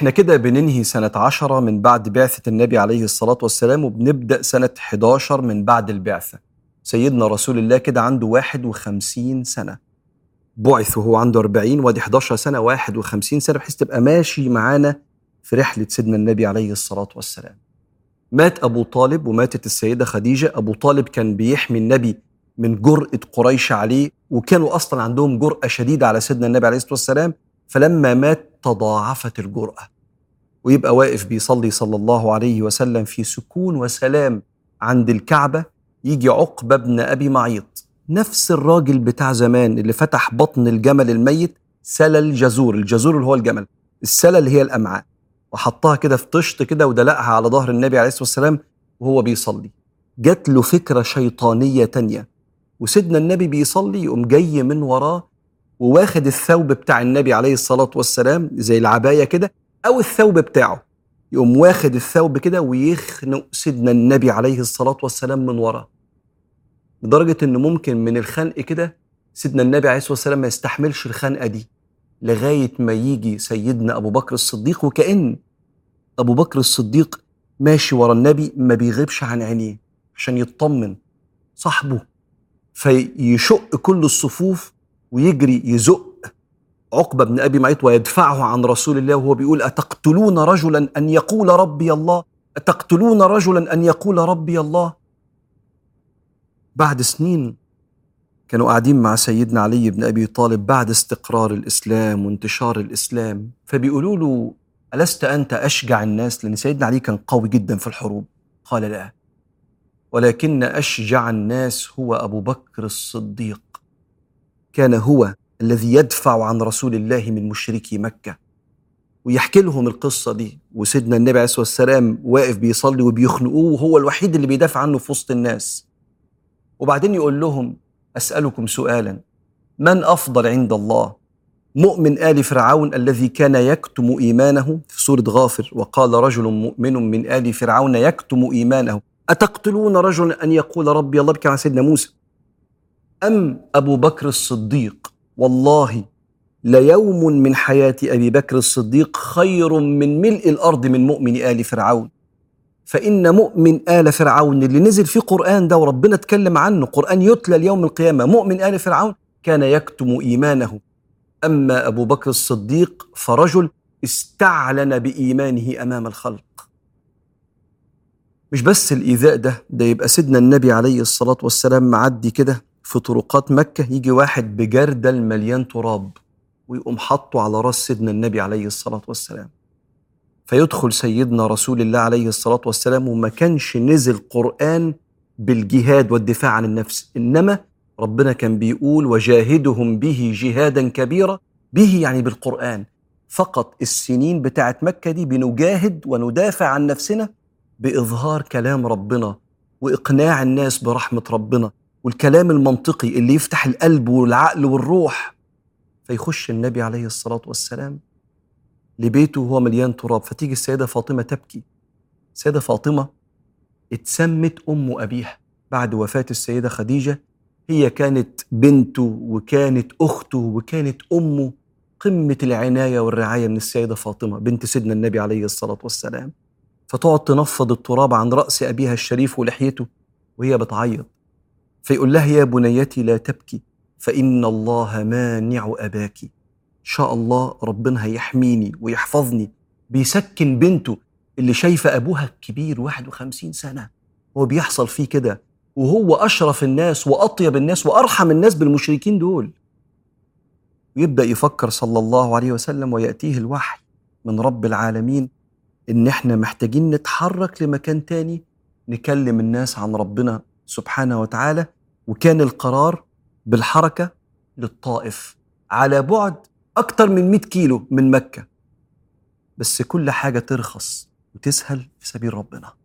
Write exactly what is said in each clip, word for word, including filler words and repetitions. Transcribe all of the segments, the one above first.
احنا كده بننهي سنة عشرة من بعد بعثة النبي عليه الصلاة والسلام، وبنبدأ سنة حداشر من بعد البعثة. سيدنا رسول الله كده عنده واحد وخمسين سنة، بعث وهو عنده أربعين، وادي حداشر سنة، واحد وخمسين سنة، بحيث تبقى ماشي معانا في رحلة سيدنا النبي عليه الصلاة والسلام. مات أبو طالب وماتت السيدة خديجة. أبو طالب كان بيحمي النبي من جرأة قريش عليه، وكانوا أصلا عندهم جرأة شديدة على سيدنا النبي عليه الصلاة والسلام، فلما مات تضاعفت الجرأة، ويبقى واقف بيصلي صلى الله عليه وسلم في سكون وسلام عند الكعبة. يجي عقبة بن أبي معيط، نفس الراجل بتاع زمان اللي فتح بطن الجمل الميت، سلل الجزور، الجزور اللي هو الجمل، السلل اللي هي الأمعاء، وحطها كده في طشت كده ودلقها على ظهر النبي عليه الصلاة والسلام وهو بيصلي. جات له فكرة شيطانية تانية، وسيدنا النبي بيصلي يقوم جاي من وراه وواخد الثوب بتاع النبي عليه الصلاة والسلام زي العباية كده أو الثوب بتاعه، يقوم واخد الثوب كده ويخنق سيدنا النبي عليه الصلاة والسلام من وراه، لدرجة إنه ممكن من الخنق كده سيدنا النبي عليه الصلاة والسلام ما يستحملش الخنقة دي، لغاية ما يجي سيدنا أبو بكر الصديق، وكأن أبو بكر الصديق ماشي ورا النبي ما بيغيبش عن عينيه عشان يطمن صاحبه، فيشق كل الصفوف ويجري يزق عقبة بن أبي معيط ويدفعه عن رسول الله، وهو بيقول: أتقتلون رجلا أن يقول ربي الله؟ أتقتلون رجلا أن يقول ربي الله؟ بعد سنين كانوا قاعدين مع سيدنا علي بن أبي طالب بعد استقرار الإسلام وانتشار الإسلام، فبيقولوا له: ألست أنت أشجع الناس؟ لأن سيدنا علي كان قوي جدا في الحروب. قال: لا، ولكن أشجع الناس هو أبو بكر الصديق، كان هو الذي يدفع عن رسول الله من مشركي مكة. ويحكي لهم القصة دي، وسيدنا النبي عليه الصلاة والسلام واقف بيصلي وبيخنقوه وهو الوحيد اللي بيدافع عنه في وسط الناس. وبعدين يقول لهم: أسألكم سؤالا، من أفضل عند الله، مؤمن آل فرعون الذي كان يكتم إيمانه في سورة غافر، وقال رجل مؤمن من آل فرعون يكتم إيمانه أتقتلون رجلا أن يقول ربي الله، بكى عن سيدنا موسى، أم أبو بكر الصديق؟ والله ليوم من حياة أبي بكر الصديق خير من ملء الأرض من مؤمن آل فرعون، فإن مؤمن آل فرعون اللي نزل فيه قرآن ده وربنا اتكلم عنه، قرآن يتلى اليوم القيامة، مؤمن آل فرعون كان يكتم إيمانه، أما أبو بكر الصديق فرجل استعلن بإيمانه أمام الخلق. مش بس الإيذاء ده، ده يبقى سيدنا النبي عليه الصلاة والسلام معدي كده في طرقات مكة، يجي واحد بجردل مليان تراب ويقوم حطه على راس سيدنا النبي عليه الصلاة والسلام، فيدخل سيدنا رسول الله عليه الصلاة والسلام. وما كانش نزل قرآن بالجهاد والدفاع عن النفس، إنما ربنا كان بيقول: وجاهدهم به جهادا كبيرا، به يعني بالقرآن. فقط السنين بتاعت مكة دي بنجاهد وندافع عن نفسنا بإظهار كلام ربنا وإقناع الناس برحمة ربنا والكلام المنطقي اللي يفتح القلب والعقل والروح. فيخش النبي عليه الصلاة والسلام لبيته وهو مليان تراب، فتيجي السيدة فاطمة تبكي. السيدة فاطمة اتسمت أم أبيها بعد وفاة السيدة خديجة، هي كانت بنته وكانت أخته وكانت أمه، قمة العناية والرعاية من السيدة فاطمة بنت سيدنا النبي عليه الصلاة والسلام. فتقعد تنفض التراب عن رأس أبيها الشريف ولحيته وهي بتعيط، فيقول لها: يا بنيتي لا تبكي، فإن الله مانع أباك، إن شاء الله ربنا هيحميني ويحفظني. بيسكن بنته اللي شايفة أبوها الكبير واحد وخمسين سنة هو بيحصل فيه كده، وهو أشرف الناس وأطيب الناس وأرحم الناس بالمشركين دول. ويبدأ يفكر صلى الله عليه وسلم ويأتيه الوحي من رب العالمين إن إحنا محتاجين نتحرك لمكان تاني نكلم الناس عن ربنا سبحانه وتعالى. وكان القرار بالحركة للطائف على بعد أكتر من مئة كيلو من مكة، بس كل حاجة ترخص وتسهل في سبيل ربنا.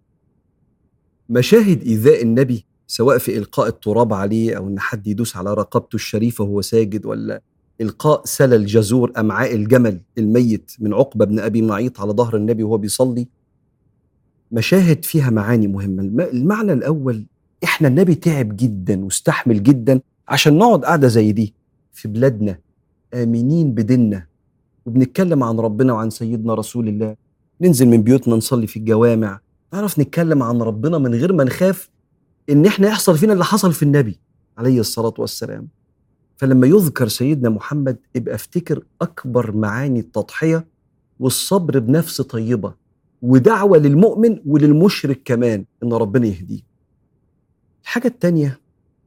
مشاهد إيذاء النبي سواء في إلقاء التراب عليه أو إن حد يدوس على رقبته الشريفة وهو ساجد، ولا إلقاء سلل جزور أمعاء الجمل الميت من عقبة بن أبي معيط على ظهر النبي وهو بيصلي، مشاهد فيها معاني مهمة. المعنى الأول، إحنا النبي تعب جدا واستحمل جدا عشان نقعد قاعدة زي دي في بلادنا آمنين بديننا وبنتكلم عن ربنا وعن سيدنا رسول الله، ننزل من بيوتنا نصلي في الجوامع، نعرف نتكلم عن ربنا من غير ما نخاف إن إحنا يحصل فينا اللي حصل في النبي عليه الصلاة والسلام. فلما يذكر سيدنا محمد ابقى افتكر أكبر معاني التضحية والصبر بنفس طيبة، ودعوة للمؤمن وللمشرك كمان إن ربنا يهديه. الحاجة التانية،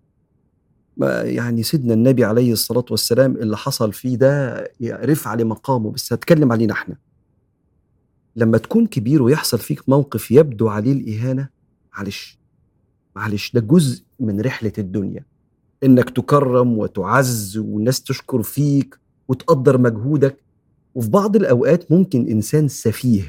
يعني سيدنا النبي عليه الصلاة والسلام اللي حصل فيه ده رفع لمقامه، بس هتكلم علينا احنا. لما تكون كبير ويحصل فيك موقف يبدو عليه الإهانة، معلش معلش ده جزء من رحلة الدنيا، إنك تكرم وتعز والناس تشكر فيك وتقدر مجهودك. وفي بعض الأوقات ممكن إنسان سفيه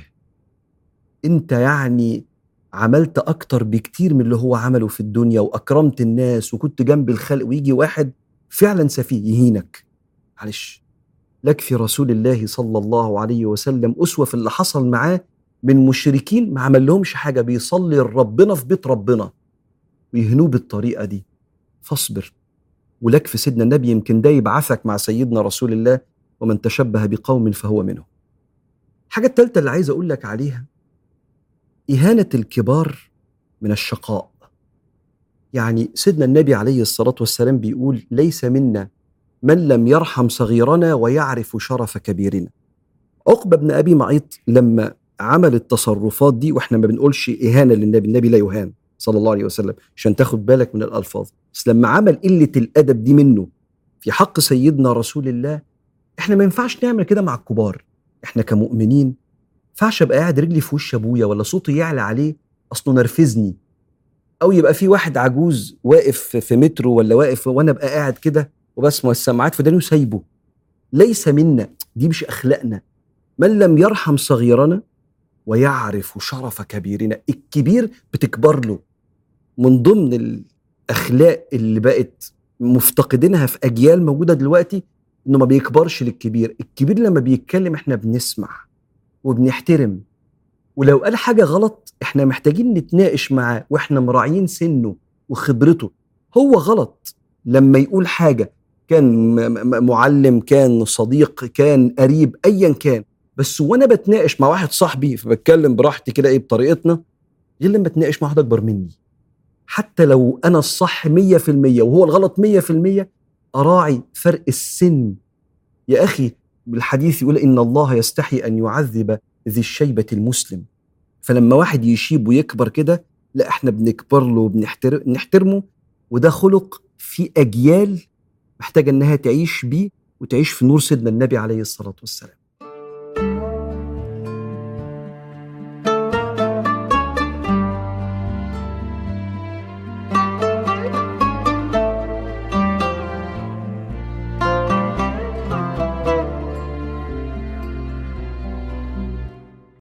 أنت يعني عملت أكتر بكتير من اللي هو عمله في الدنيا وأكرمت الناس وكنت جنب الخلق، ويجي واحد فعلا سفيه يهينك. معلش، لك في رسول الله صلى الله عليه وسلم أسوة في اللي حصل معاه من مشركين ما عمل لهمش حاجة، بيصلي لربنا في بيت ربنا ويهنوه بالطريقة دي. فاصبر. ولك في سيدنا النبي، يمكن ده يبعثك مع سيدنا رسول الله، ومن تشبه بقوم فهو منه. الحاجة الثالثة اللي عايز أقول لك عليها، إهانة الكبار من الشقاء. يعني سيدنا النبي عليه الصلاة والسلام بيقول: ليس منا من لم يرحم صغيرنا ويعرف شرف كبيرنا. عقبة بن أبي معيط لما عمل التصرفات دي، وإحنا ما بنقولش إهانة للنبي، النبي لا يهان صلى الله عليه وسلم، عشان تاخد بالك من الألفاظ، بس لما عمل قلة الأدب دي منه في حق سيدنا رسول الله، إحنا ما ينفعش نعمل كده مع الكبار. إحنا كمؤمنين ما ينفعش أبقى قاعد رجلي في وش أبويا ولا صوتي يعلى عليه أصله نرفزني، أو يبقى في واحد عجوز واقف في مترو ولا واقف وأنا أبقى قاعد كده وبسمع السماعات في داني وسايبه. ليس منا، دي مش أخلاقنا. من لم يرحم صغيرنا ويعرف شرف كبيرنا. الكبير بتكبر له. من ضمن الأخلاق اللي بقت مفتقدينها في أجيال موجودة دلوقتي إنه ما بيكبرش للكبير. الكبير لما بيتكلم إحنا بنسمع وبنحترم، ولو قال حاجة غلط إحنا محتاجين نتناقش معاه وإحنا مراعيين سنه وخبرته. هو غلط لما يقول حاجة، كان معلم، كان صديق، كان قريب، أيا كان، بس وانا بتناقش مع واحد صاحبي فبتكلم براحتي كده ايه بطريقتنا، غير لما اتناقش مع واحد اكبر مني. حتى لو انا الصح مية في المية وهو الغلط مية في المية، اراعي فرق السن. يا اخي بالحديث يقول: ان الله يستحي ان يعذب ذي الشيبة المسلم. فلما واحد يشيب ويكبر كده، لا احنا بنكبر له وبنحترمه، وده خلق في اجيال محتاجة انها تعيش بيه وتعيش في نور سيدنا النبي عليه الصلاة والسلام.